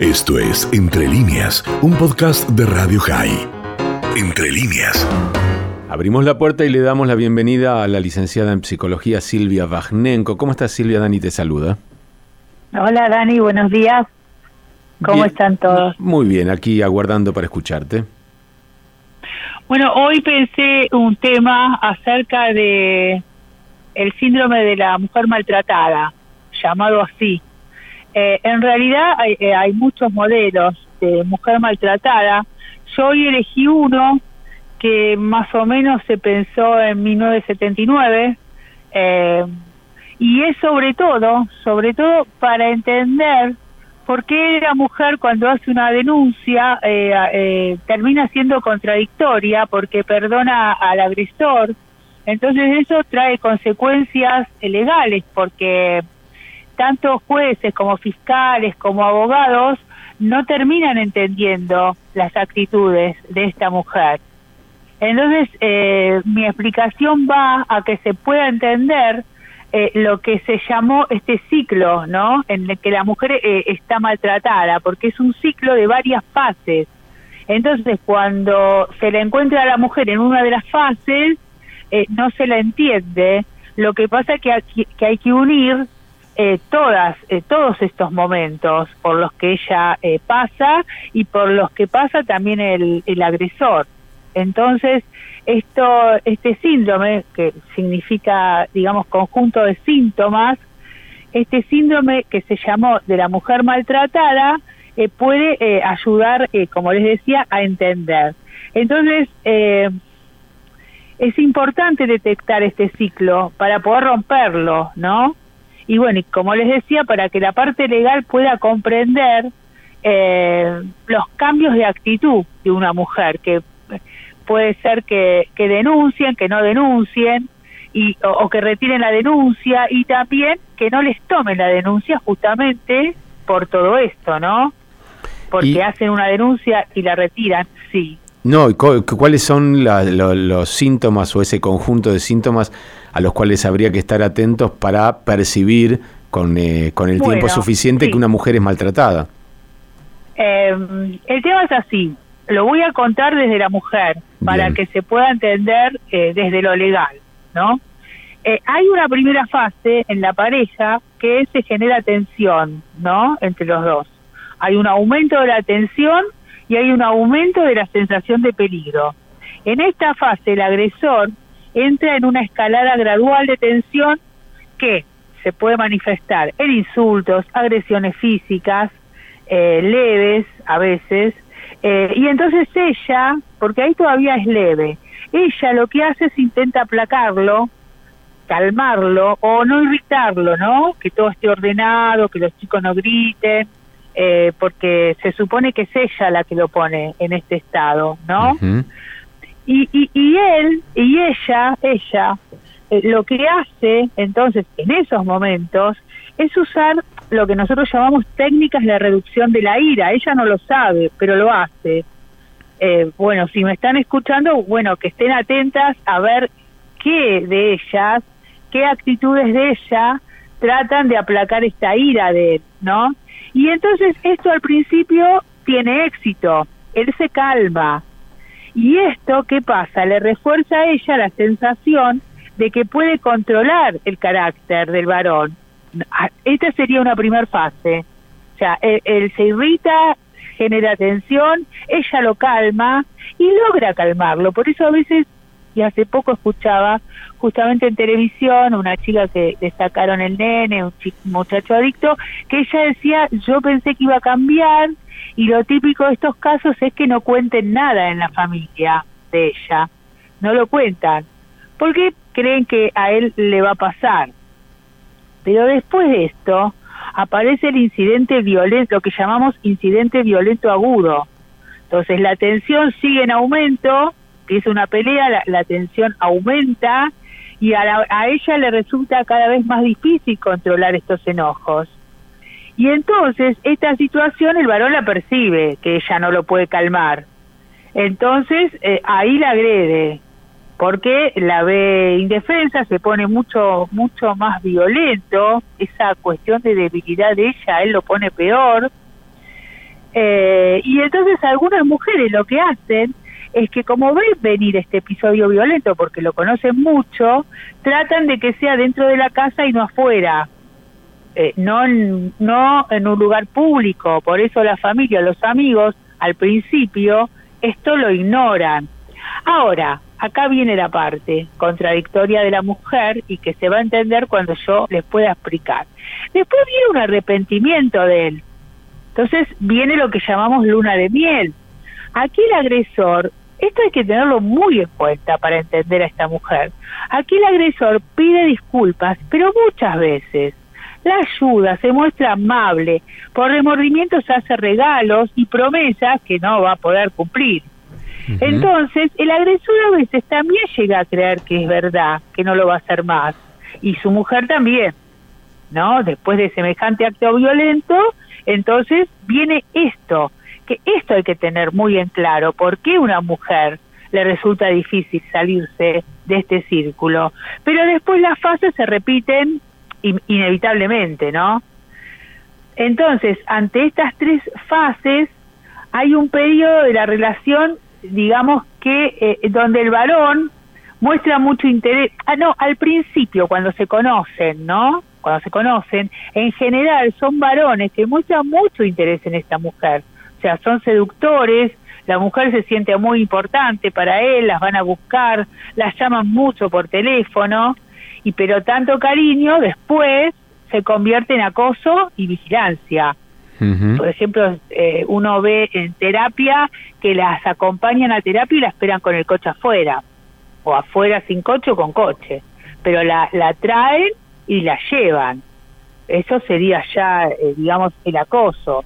Esto es Entre Líneas, un podcast de Radio High. Entre Líneas. Abrimos la puerta y le damos la bienvenida a la licenciada en psicología Silvia Vajnenko. ¿Cómo estás, Silvia? Dani te saluda. Hola, Dani, buenos días. ¿Cómo Bien, están todos? Muy bien, aquí aguardando para escucharte. Bueno, hoy pensé un tema acerca de el síndrome de la mujer maltratada, llamado así. En realidad hay muchos modelos de mujer maltratada. Yo hoy elegí uno que más o menos se pensó en 1979 y es sobre todo para entender por qué la mujer cuando hace una denuncia termina siendo contradictoria porque perdona al agresor. Entonces eso trae consecuencias legales porque tanto jueces como fiscales como abogados no terminan entendiendo las actitudes de esta mujer. Entonces mi explicación va a que se pueda entender lo que se llamó este ciclo, ¿no? En el que la mujer está maltratada, porque es un ciclo de varias fases. Entonces cuando se le encuentra a la mujer en una de las fases, no se la entiende. Lo que pasa es que hay que unir todos estos momentos por los que ella pasa y por los que pasa también el agresor. Entonces, este síndrome, que significa, digamos, conjunto de síntomas, este síndrome que se llamó de la mujer maltratada, puede ayudar, como les decía, a entender. Entonces, es importante detectar este ciclo para poder romperlo, ¿no? Y bueno, y como les decía, para que la parte legal pueda comprender los cambios de actitud de una mujer, que puede ser que denuncien, que no denuncien, o que retiren la denuncia, y también que no les tomen la denuncia justamente por todo esto, ¿no? Porque hacen una denuncia y la retiran, sí. No, ¿cuáles son los síntomas o ese conjunto de síntomas a los cuales habría que estar atentos para percibir con el tiempo suficiente que una mujer es maltratada? El tema es así, lo voy a contar desde la mujer, para Bien. Que se pueda entender desde lo legal, ¿no? Hay una primera fase en la pareja que se genera tensión, ¿no? Entre los dos. Hay un aumento de la tensión y hay un aumento de la sensación de peligro. En esta fase el agresor entra en una escalada gradual de tensión que se puede manifestar en insultos, agresiones físicas, leves a veces, y entonces ella, porque ahí todavía es leve, ella lo que hace es intenta aplacarlo, calmarlo o no irritarlo, ¿no? Que todo esté ordenado, que los chicos no griten, porque se supone que es ella la que lo pone en este estado, ¿no? Uh-huh. Y él y ella lo que hace entonces en esos momentos es usar lo que nosotros llamamos técnicas de reducción de la ira. Ella no lo sabe, pero lo hace. Bueno, si me están escuchando, bueno, que estén atentas a ver qué actitudes de ella tratan de aplacar esta ira de él, ¿no? Y entonces esto al principio tiene éxito, él se calma. Y esto, ¿qué pasa? Le refuerza a ella la sensación de que puede controlar el carácter del varón. Esta sería una primera fase. O sea, él se irrita, genera tensión, ella lo calma y logra calmarlo. Por eso a veces, y hace poco escuchaba justamente en televisión una chica que le sacaron el nene, un muchacho adicto, que ella decía, yo pensé que iba a cambiar, y lo típico de estos casos es que no cuenten nada en la familia de ella, no lo cuentan, porque creen que a él le va a pasar. Pero después de esto aparece el incidente violento, lo que llamamos incidente violento agudo. Entonces la tensión sigue en aumento, empieza una pelea, la tensión aumenta y a ella le resulta cada vez más difícil controlar estos enojos. Y entonces esta situación el varón la percibe, que ella no lo puede calmar. Entonces ahí la agrede, porque la ve indefensa, se pone mucho más violento, esa cuestión de debilidad de ella, él lo pone peor. Y entonces algunas mujeres lo que hacen es que, como ven venir este episodio violento porque lo conocen mucho, tratan de que sea dentro de la casa y no afuera, no en un lugar público. Por eso la familia, los amigos, al principio, esto lo ignoran. Ahora, acá viene la parte contradictoria de la mujer y que se va a entender cuando yo les pueda explicar. Después viene un arrepentimiento de él. Entonces viene lo que llamamos luna de miel. Aquí el agresor, esto hay que tenerlo muy en cuenta para entender a esta mujer. Aquí el agresor pide disculpas, pero muchas veces la ayuda, se muestra amable, por remordimientos hace regalos y promesas que no va a poder cumplir. Entonces, el agresor a veces también llega a creer que es verdad, que no lo va a hacer más. Y su mujer también, ¿no? Después de semejante acto violento, entonces viene esto, que esto hay que tener muy en claro. ¿Por qué a una mujer le resulta difícil salirse de este círculo? Pero después las fases se repiten inevitablemente, ¿no? Entonces, ante estas tres fases, hay un periodo de la relación, digamos que donde el varón muestra mucho interés. Al principio, cuando se conocen, ¿no? Cuando se conocen, en general son varones que muestran mucho interés en esta mujer. O sea, son seductores, la mujer se siente muy importante para él, las van a buscar, las llaman mucho por teléfono, pero tanto cariño después se convierte en acoso y vigilancia. Por ejemplo, uno ve en terapia que las acompañan a terapia y la esperan con el coche afuera, o afuera sin coche o con coche, pero la traen y la llevan. Eso sería ya, digamos, el acoso.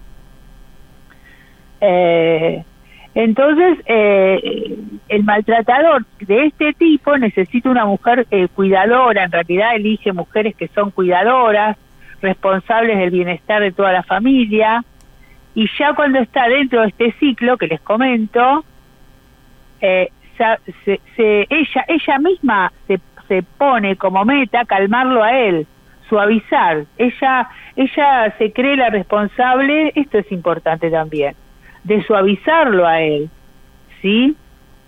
Entonces, el maltratador de este tipo necesita una mujer cuidadora. En realidad elige mujeres que son cuidadoras, responsables del bienestar de toda la familia, y ya cuando está dentro de este ciclo que les comento, ella misma se pone como meta calmarlo a él, suavizar. Ella se cree la responsable, esto es importante también, de suavizarlo a él, ¿sí?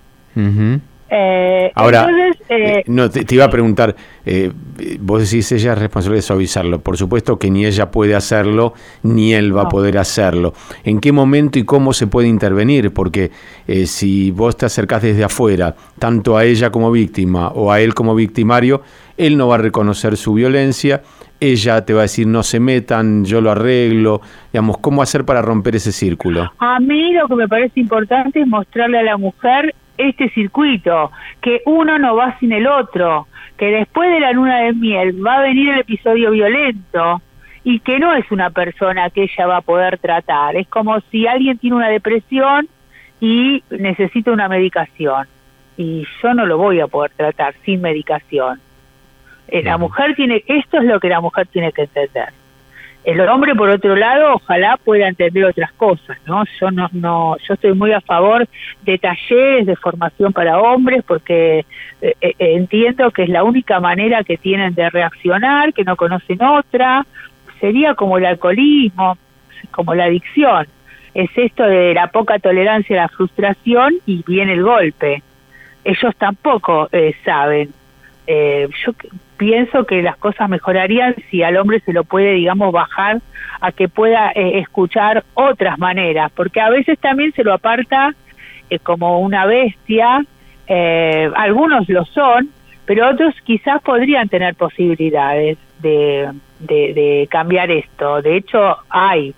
Ahora, entonces, te iba a preguntar, vos decís ella es responsable de suavizarlo. Por supuesto que ni ella puede hacerlo, ni él va a poder hacerlo. ¿En qué momento y cómo se puede intervenir? Porque si vos te acercás desde afuera, tanto a ella como víctima o a él como victimario, él no va a reconocer su violencia, ella te va a decir no se metan, yo lo arreglo. Digamos, ¿cómo hacer para romper ese círculo? A mí lo que me parece importante es mostrarle a la mujer este circuito, que uno no va sin el otro, que después de la luna de miel va a venir el episodio violento y que no es una persona que ella va a poder tratar. Es como si alguien tiene una depresión y necesita una medicación y yo no lo voy a poder tratar sin medicación. La mujer esto es lo que la mujer tiene que entender. El hombre, por otro lado, ojalá pueda entender otras cosas, ¿no? Yo estoy muy a favor de talleres de formación para hombres porque entiendo que es la única manera que tienen de reaccionar, que no conocen otra. Sería como el alcoholismo, como la adicción. Es esto de la poca tolerancia a la frustración y viene el golpe. Ellos tampoco saben. Yo pienso que las cosas mejorarían si al hombre se lo puede, digamos, bajar a que pueda escuchar otras maneras, porque a veces también se lo aparta como una bestia. Algunos lo son, pero otros quizás podrían tener posibilidades de cambiar esto. De hecho, hay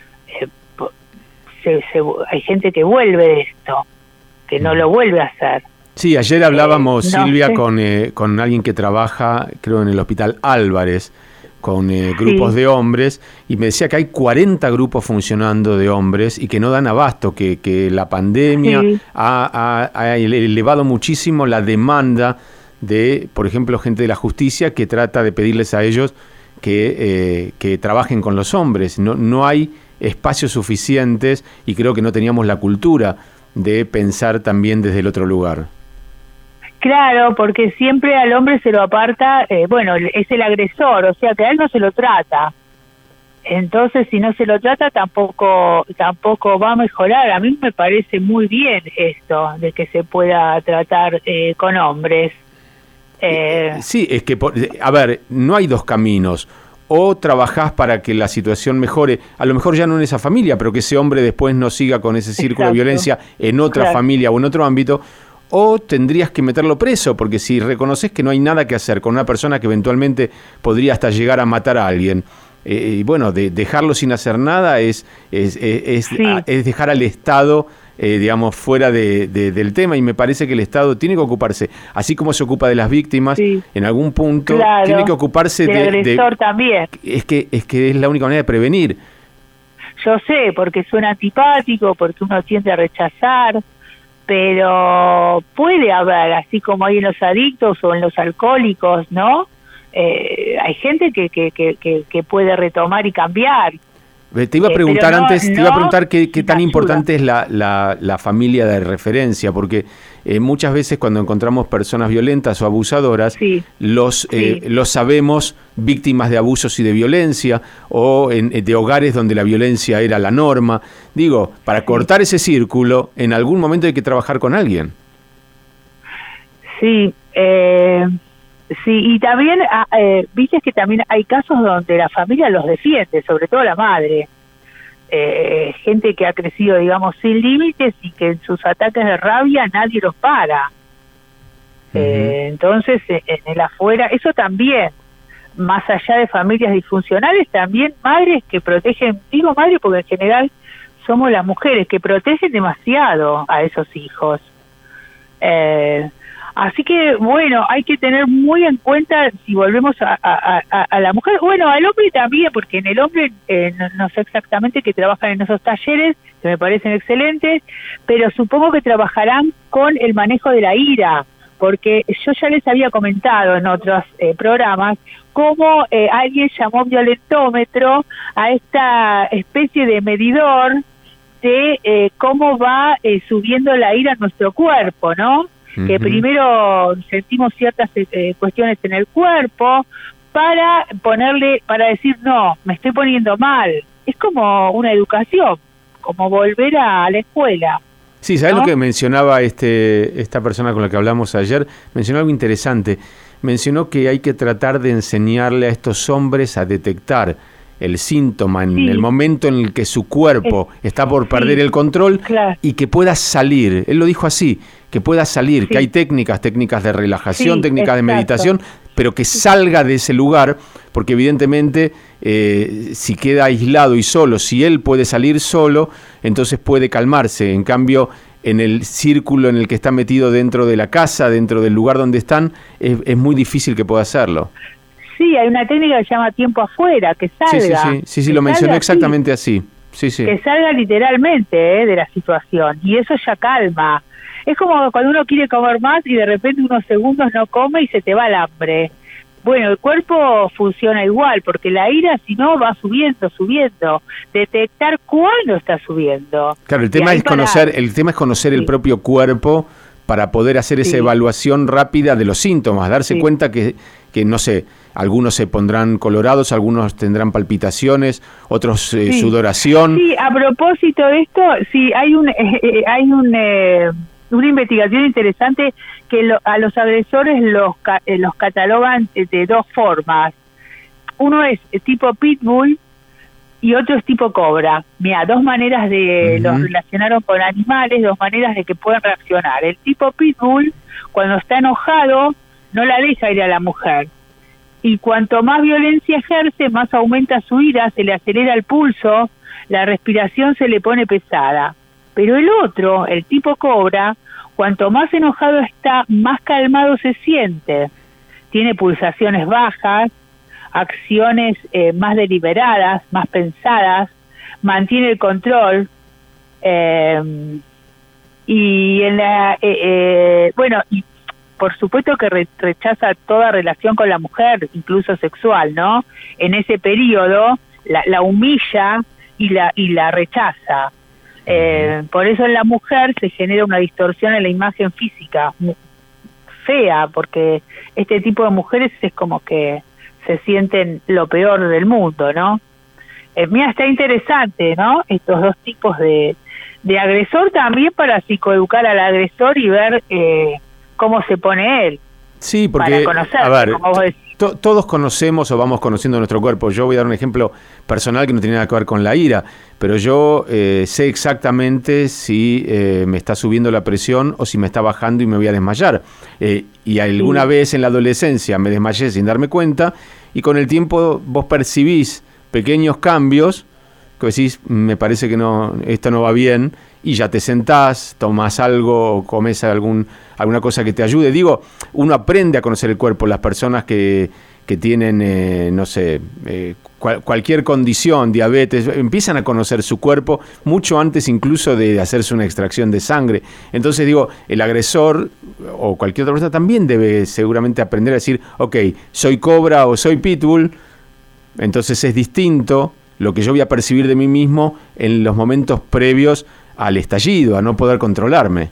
gente que vuelve de esto, que no lo vuelve a hacer. Sí, ayer hablábamos, Silvia, con alguien que trabaja, creo, en el Hospital Álvarez, con grupos de hombres, y me decía que hay 40 grupos funcionando de hombres y que no dan abasto, que la pandemia ha elevado muchísimo la demanda de, por ejemplo, gente de la justicia que trata de pedirles a ellos que trabajen con los hombres. No hay espacios suficientes y creo que no teníamos la cultura de pensar también desde el otro lugar. Claro, porque siempre al hombre se lo aparta, es el agresor, o sea que a él no se lo trata. Entonces, si no se lo trata, tampoco va a mejorar. A mí me parece muy bien esto de que se pueda tratar con hombres. Sí, es que, a ver, no hay dos caminos. O trabajás para que la situación mejore, a lo mejor ya no en esa familia, pero que ese hombre después no siga con ese círculo de violencia en otra familia o en otro ámbito, o tendrías que meterlo preso, porque si reconoces que no hay nada que hacer con una persona que eventualmente podría hasta llegar a matar a alguien, y bueno, dejarlo sin hacer nada es dejar al Estado digamos, fuera del tema, y me parece que el Estado tiene que ocuparse, así como se ocupa de las víctimas, en algún punto tiene que ocuparse del agresor también. Es que es la única manera de prevenir. Yo sé, porque suena antipático, porque uno tiende a rechazar, pero puede haber, así como hay en los adictos o en los alcohólicos, ¿no? Hay gente que puede retomar y cambiar. Te iba a preguntar te iba a preguntar qué tan importante es la familia de referencia, porque muchas veces cuando encontramos personas violentas o abusadoras, los sabemos víctimas de abusos y de violencia, o de hogares donde la violencia era la norma. Digo, para cortar ese círculo, en algún momento hay que trabajar con alguien. Sí, y también, viste que también hay casos donde la familia los defiende, sobre todo la madre. Gente que ha crecido, digamos, sin límites y que en sus ataques de rabia nadie los para. Entonces, en el afuera, eso también, más allá de familias disfuncionales, también madres que protegen, digo madre porque en general somos las mujeres que protegen demasiado a esos hijos. Así que, bueno, hay que tener muy en cuenta, si volvemos a la mujer, bueno, al hombre también, porque en el hombre, no sé exactamente que trabajan en esos talleres, que me parecen excelentes, pero supongo que trabajarán con el manejo de la ira, porque yo ya les había comentado en otros programas cómo alguien llamó violentómetro a esta especie de medidor de cómo va subiendo la ira en nuestro cuerpo, ¿no? Que primero sentimos ciertas cuestiones en el cuerpo para decir, no, me estoy poniendo mal. Es como una educación, como volver a la escuela. Sí, ¿sabes lo que mencionaba esta persona con la que hablamos ayer? Mencionó algo interesante. Mencionó que hay que tratar de enseñarle a estos hombres a detectar el síntoma en el momento en el que su cuerpo está por perder el control, y que pueda salir. Él lo dijo así, que pueda salir, que hay técnicas de relajación, técnicas de meditación, pero que salga de ese lugar, porque evidentemente si queda aislado y solo, si él puede salir solo, entonces puede calmarse. En cambio, en el círculo en el que está metido dentro de la casa, dentro del lugar donde están, es muy difícil que pueda hacerlo. Sí, hay una técnica que se llama tiempo afuera, que salga. Sí, lo mencionó exactamente así. Sí. Que salga literalmente de la situación, y eso ya calma. Es como cuando uno quiere comer más y de repente unos segundos no come y se te va el hambre. Bueno, el cuerpo funciona igual, porque la ira, si no, va subiendo. Detectar cuándo está subiendo. Claro, el tema es conocer el propio cuerpo para poder hacer esa evaluación rápida de los síntomas, darse cuenta que no sé, algunos se pondrán colorados, algunos tendrán palpitaciones, otros sudoración. Sí, a propósito de esto, hay una investigación interesante que a los agresores los catalogan de dos formas. Uno es tipo pitbull y otro es tipo cobra. Mira, dos maneras los relacionaron con animales, dos maneras de que puedan reaccionar. El tipo pitbull, cuando está enojado, no la deja ir a la mujer. Y cuanto más violencia ejerce, más aumenta su ira, se le acelera el pulso, la respiración se le pone pesada. Pero el otro, el tipo cobra, cuanto más enojado está, más calmado se siente. Tiene pulsaciones bajas, acciones más deliberadas, más pensadas, mantiene el control, y por supuesto que rechaza toda relación con la mujer, incluso sexual, ¿no? En ese periodo la humilla y la rechaza. Por eso en la mujer se genera una distorsión en la imagen física fea, porque este tipo de mujeres es como que se sienten lo peor del mundo, ¿no? Mira, está interesante, ¿no? Estos dos tipos de agresor también para psicoeducar al agresor y ver cómo se pone él. Sí, porque, para conocer, a ver, como vos decís. Todos conocemos o vamos conociendo nuestro cuerpo. Yo voy a dar un ejemplo personal que no tiene nada que ver con la ira, pero yo sé exactamente si me está subiendo la presión o si me está bajando y me voy a desmayar. Y alguna vez en la adolescencia me desmayé sin darme cuenta, y con el tiempo vos percibís pequeños cambios que decís, me parece que no, esto no va bien, y ya te sentás, tomás algo, comes alguna cosa que te ayude. Digo, uno aprende a conocer el cuerpo. Las personas que tienen, no sé, cualquier condición, diabetes, empiezan a conocer su cuerpo mucho antes incluso de hacerse una extracción de sangre. Entonces digo, el agresor o cualquier otra persona también debe seguramente aprender a decir, ok, soy cobra o soy pitbull, entonces es distinto lo que yo voy a percibir de mí mismo en los momentos previos al estallido, a no poder controlarme.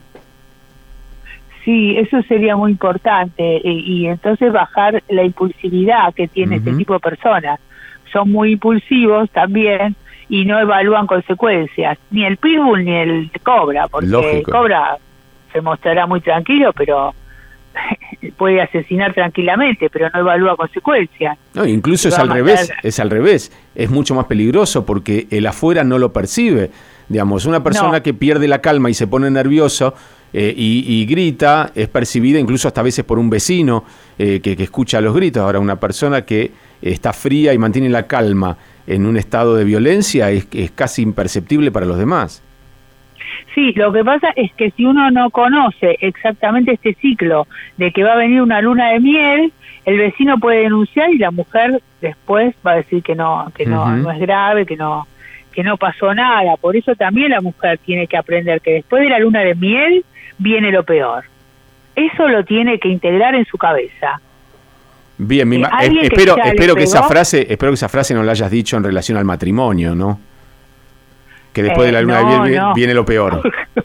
Sí, eso sería muy importante, y entonces bajar la impulsividad que tiene este tipo de personas. Son muy impulsivos también y no evalúan consecuencias, ni el pitbull ni el cobra, porque el cobra se mostrará muy tranquilo, pero puede asesinar tranquilamente, pero no evalúa consecuencias. No, incluso es al revés, es mucho más peligroso porque el afuera no lo percibe. Digamos, una persona que pierde la calma y se pone nervioso y grita, es percibida incluso hasta a veces por un vecino que escucha los gritos. Ahora, una persona que está fría y mantiene la calma en un estado de violencia es casi imperceptible para los demás. Sí, lo que pasa es que si uno no conoce exactamente este ciclo de que va a venir una luna de miel, el vecino puede denunciar y la mujer después va a decir que no es grave, que no pasó nada. Por eso también la mujer tiene que aprender que después de la luna de miel viene lo peor. Eso lo tiene que integrar en su cabeza. Bien, espero que esa frase no la hayas dicho en relación al matrimonio, ¿no? Que después de la luna de miel viene lo peor.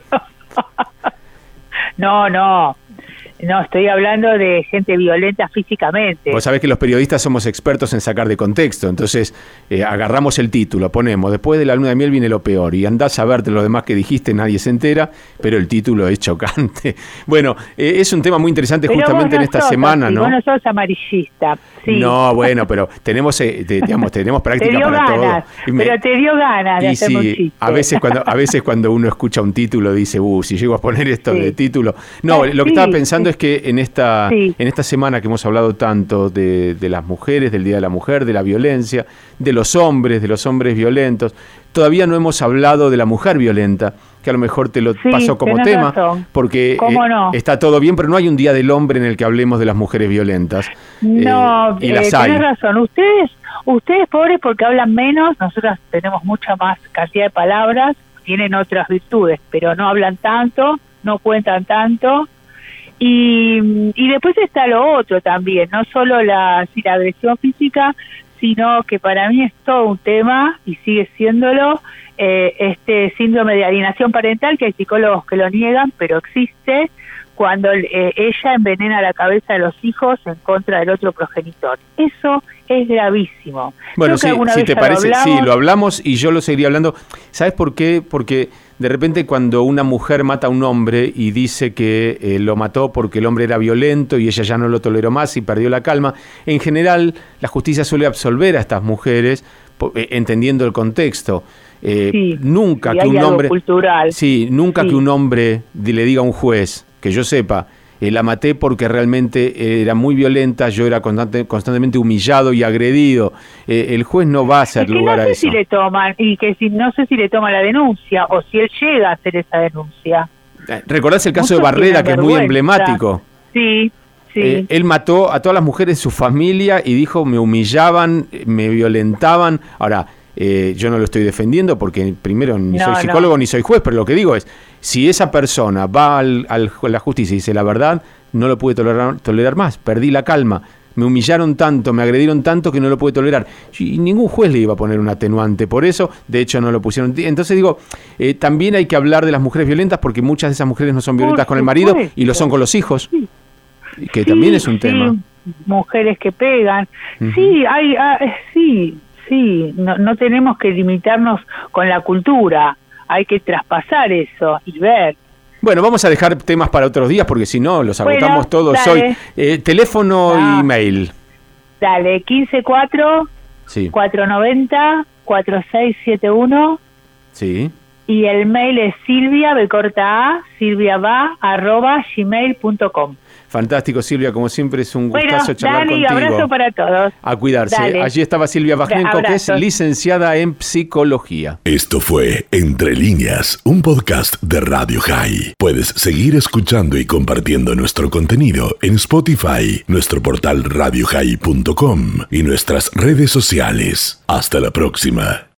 No, estoy hablando de gente violenta físicamente. Vos sabés que los periodistas somos expertos en sacar de contexto, entonces agarramos el título, ponemos, después de la luna de miel viene lo peor, y andás a verte lo demás que dijiste, nadie se entera, pero el título es chocante. Bueno, es un tema muy interesante justamente en esta semana, ¿no? Vos no sos amarillista. Sí. No, bueno, pero tenemos práctica para todo. Pero te dio ganas de hacer un chiste. A veces cuando uno escucha un título dice, si llego a poner esto de título. No, lo que estaba pensando es que en esta semana que hemos hablado tanto de las mujeres, del Día de la Mujer, de la violencia, de los hombres violentos, todavía no hemos hablado de la mujer violenta, que a lo mejor te lo paso como tema, porque está todo bien, pero no hay un Día del Hombre en el que hablemos de las mujeres violentas. No, y las hay. Tenés razón. Ustedes pobres porque hablan menos, nosotras tenemos mucha más cantidad de palabras, tienen otras virtudes, pero no hablan tanto, no cuentan tanto. Y después está lo otro también, no solo la agresión física, sino que para mí es todo un tema, y sigue siéndolo, este síndrome de alienación parental, que hay psicólogos que lo niegan, pero existe, cuando ella envenena la cabeza de los hijos en contra del otro progenitor. Eso es gravísimo. Bueno, si te parece, lo hablamos y yo lo seguiría hablando. ¿Sabes por qué? Porque de repente cuando una mujer mata a un hombre y dice que lo mató porque el hombre era violento y ella ya no lo toleró más y perdió la calma, en general la justicia suele absolver a estas mujeres entendiendo el contexto. Nunca que un hombre que un hombre le diga a un juez, que yo sepa, la maté porque realmente era muy violenta, yo era constantemente humillado y agredido. El juez no va a hacer lugar a eso. No sé si le toman la denuncia o si él llega a hacer esa denuncia. ¿Recordás el caso de Barrera, que es muy emblemático? Sí. Él mató a todas las mujeres de su familia y dijo, me humillaban, me violentaban. Ahora, yo no lo estoy defendiendo porque primero ni soy psicólogo ni soy juez, pero lo que digo es, si esa persona va a la justicia y dice la verdad, no lo pude tolerar más, perdí la calma, me humillaron tanto, me agredieron tanto que no lo pude tolerar. Y ningún juez le iba a poner un atenuante por eso, de hecho no lo pusieron. Entonces digo, también hay que hablar de las mujeres violentas porque muchas de esas mujeres no son violentas con el marido y lo son con los hijos, que también es un tema. Mujeres que pegan. Sí, no tenemos que limitarnos con la cultura, hay que traspasar eso y ver. Bueno, vamos a dejar temas para otros días porque si no los agotamos todos dale. hoy. Teléfono y mail. Dale, 154 490 4671. Sí. Y el mail es silviaba@gmail.com. Fantástico, Silvia, como siempre es un gustazo charlar Dani, contigo. Abrazo para todos. A cuidarse. Dale. Allí estaba Silvia Bajnenko, que es licenciada en psicología. Esto fue Entre Líneas, un podcast de Radio High. Puedes seguir escuchando y compartiendo nuestro contenido en Spotify, nuestro portal radiohigh.com y nuestras redes sociales. Hasta la próxima.